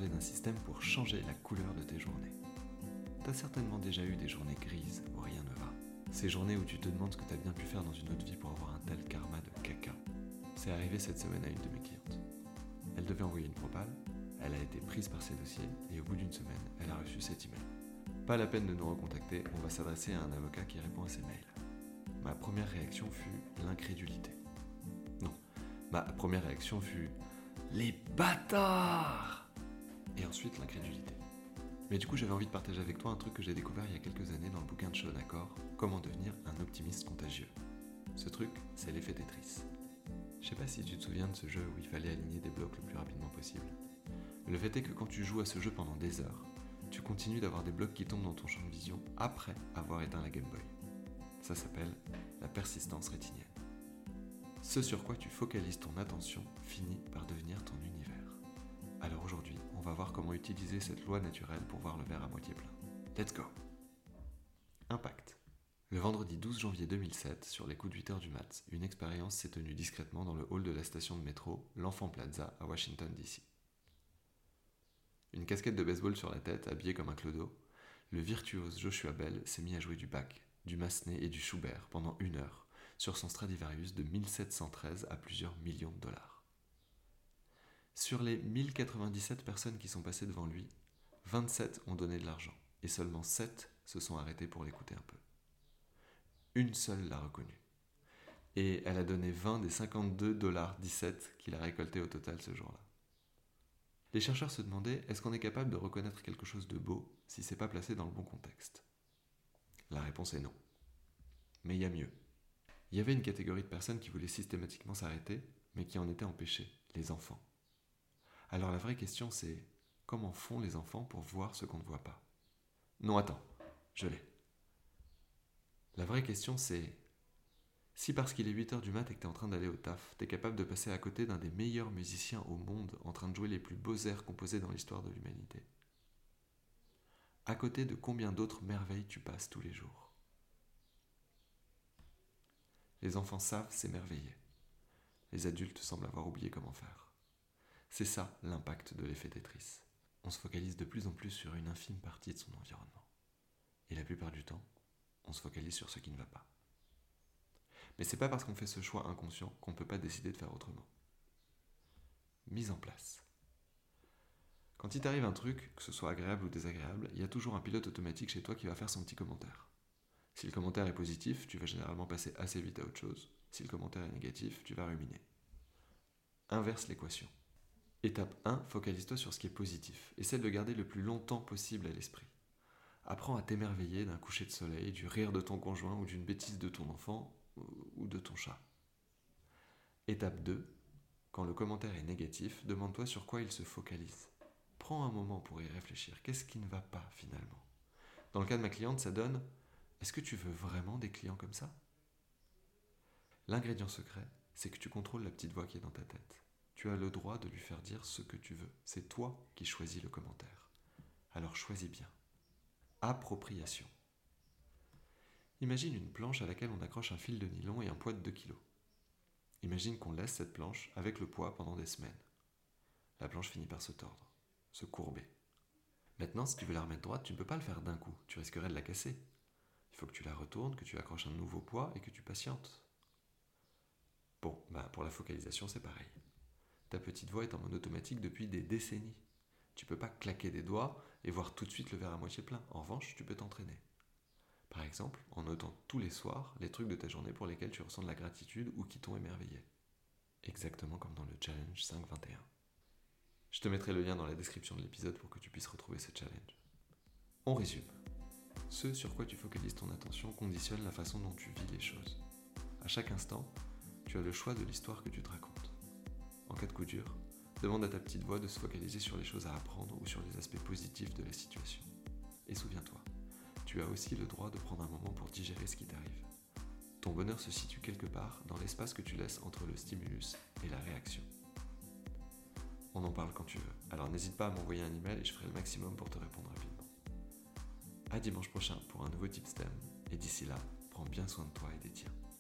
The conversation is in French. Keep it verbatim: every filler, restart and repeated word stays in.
parler d'un système pour changer la couleur de tes journées. T'as certainement déjà eu des journées grises où rien ne va. Ces journées où tu te demandes ce que t'as bien pu faire dans une autre vie pour avoir un tel karma de caca. C'est arrivé cette semaine à une de mes clientes. Elle devait envoyer une propale, elle a été prise par ses dossiers et au bout d'une semaine, elle a reçu cet email. Pas la peine de nous recontacter, on va s'adresser à un avocat qui répond à ses mails. Ma première réaction fut l'incrédulité. Non, ma première réaction fut « Les bâtards !» et ensuite l'incrédulité. Mais du coup, j'avais envie de partager avec toi un truc que j'ai découvert il y a quelques années dans le bouquin de Sean Accord, Comment devenir un optimiste contagieux. Ce truc, c'est l'effet Tetris. Je sais pas si tu te souviens de ce jeu où il fallait aligner des blocs le plus rapidement possible. Le fait est que quand tu joues à ce jeu pendant des heures, tu continues d'avoir des blocs qui tombent dans ton champ de vision après avoir éteint la Game Boy. Ça s'appelle la persistance rétinienne. Ce sur quoi tu focalises ton attention finit par devenir ton univers. Alors aujourd'hui, on va voir comment utiliser cette loi naturelle pour voir le verre à moitié plein. Let's go! Impact. Le vendredi douze janvier deux mille sept, sur les coups de huit heures du mat, une expérience s'est tenue discrètement dans le hall de la station de métro L'Enfant Plaza à Washington D C. Une casquette de baseball sur la tête, habillé comme un clodo, le virtuose Joshua Bell s'est mis à jouer du Bach, du Massenet et du Schubert pendant une heure sur son Stradivarius de mille sept cent treize à plusieurs millions de dollars. Sur les mille quatre-vingt-dix-sept personnes qui sont passées devant lui, vingt-sept ont donné de l'argent et seulement sept se sont arrêtées pour l'écouter un peu. Une seule l'a reconnu. Et elle a donné vingt des cinquante-deux dollars dix-sept qu'il a récoltés au total ce jour-là. Les chercheurs se demandaient, est-ce qu'on est capable de reconnaître quelque chose de beau si c'est pas placé dans le bon contexte ? La réponse est non. Mais il y a mieux. Il y avait une catégorie de personnes qui voulaient systématiquement s'arrêter, mais qui en étaient empêchées, les enfants. Alors la vraie question c'est, comment font les enfants pour voir ce qu'on ne voit pas ? Non, attends, je l'ai. La vraie question c'est, si parce qu'il est huit heures du mat et que t'es en train d'aller au taf, t'es capable de passer à côté d'un des meilleurs musiciens au monde en train de jouer les plus beaux airs composés dans l'histoire de l'humanité, à côté de combien d'autres merveilles tu passes tous les jours ? Les enfants savent s'émerveiller. Les adultes semblent avoir oublié comment faire. C'est ça l'impact de l'effet Tetris. On se focalise de plus en plus sur une infime partie de son environnement. Et la plupart du temps, on se focalise sur ce qui ne va pas. Mais c'est pas parce qu'on fait ce choix inconscient qu'on ne peut pas décider de faire autrement. Mise en place. Quand il t'arrive un truc, que ce soit agréable ou désagréable, il y a toujours un pilote automatique chez toi qui va faire son petit commentaire. Si le commentaire est positif, tu vas généralement passer assez vite à autre chose. Si le commentaire est négatif, tu vas ruminer. Inverse l'équation. Étape un, focalise-toi sur ce qui est positif. Essaie de le garder le plus longtemps possible à l'esprit. Apprends à t'émerveiller d'un coucher de soleil, du rire de ton conjoint ou d'une bêtise de ton enfant ou de ton chat. Étape deux, quand le commentaire est négatif, demande-toi sur quoi il se focalise. Prends un moment pour y réfléchir. Qu'est-ce qui ne va pas finalement ? Dans le cas de ma cliente, ça donne « Est-ce que tu veux vraiment des clients comme ça ?» L'ingrédient secret, c'est que tu contrôles la petite voix qui est dans ta tête. Tu as le droit de lui faire dire ce que tu veux. C'est toi qui choisis le commentaire. Alors choisis bien. Appropriation. Imagine une planche à laquelle on accroche un fil de nylon et un poids de deux kilos. Imagine qu'on laisse cette planche avec le poids pendant des semaines. La planche finit par se tordre, se courber. Maintenant, si tu veux la remettre droite, tu ne peux pas le faire d'un coup. Tu risquerais de la casser. Il faut que tu la retournes, que tu accroches un nouveau poids et que tu patientes. Bon, bah pour la focalisation, c'est pareil. Ta petite voix est en mode automatique depuis des décennies. Tu ne peux pas claquer des doigts et voir tout de suite le verre à moitié plein. En revanche, tu peux t'entraîner. Par exemple, en notant tous les soirs les trucs de ta journée pour lesquels tu ressens de la gratitude ou qui t'ont émerveillé. Exactement comme dans le challenge cinq vingt et un. Je te mettrai le lien dans la description de l'épisode pour que tu puisses retrouver ce challenge. On résume. Ce sur quoi tu focalises ton attention conditionne la façon dont tu vis les choses. À chaque instant, tu as le choix de l'histoire que tu te racontes. En cas de coup dur, demande à ta petite voix de se focaliser sur les choses à apprendre ou sur les aspects positifs de la situation. Et souviens-toi, tu as aussi le droit de prendre un moment pour digérer ce qui t'arrive. Ton bonheur se situe quelque part dans l'espace que tu laisses entre le stimulus et la réaction. On en parle quand tu veux, alors n'hésite pas à m'envoyer un email et je ferai le maximum pour te répondre rapidement. À dimanche prochain pour un nouveau Tipstem, et d'ici là, prends bien soin de toi et des tiens.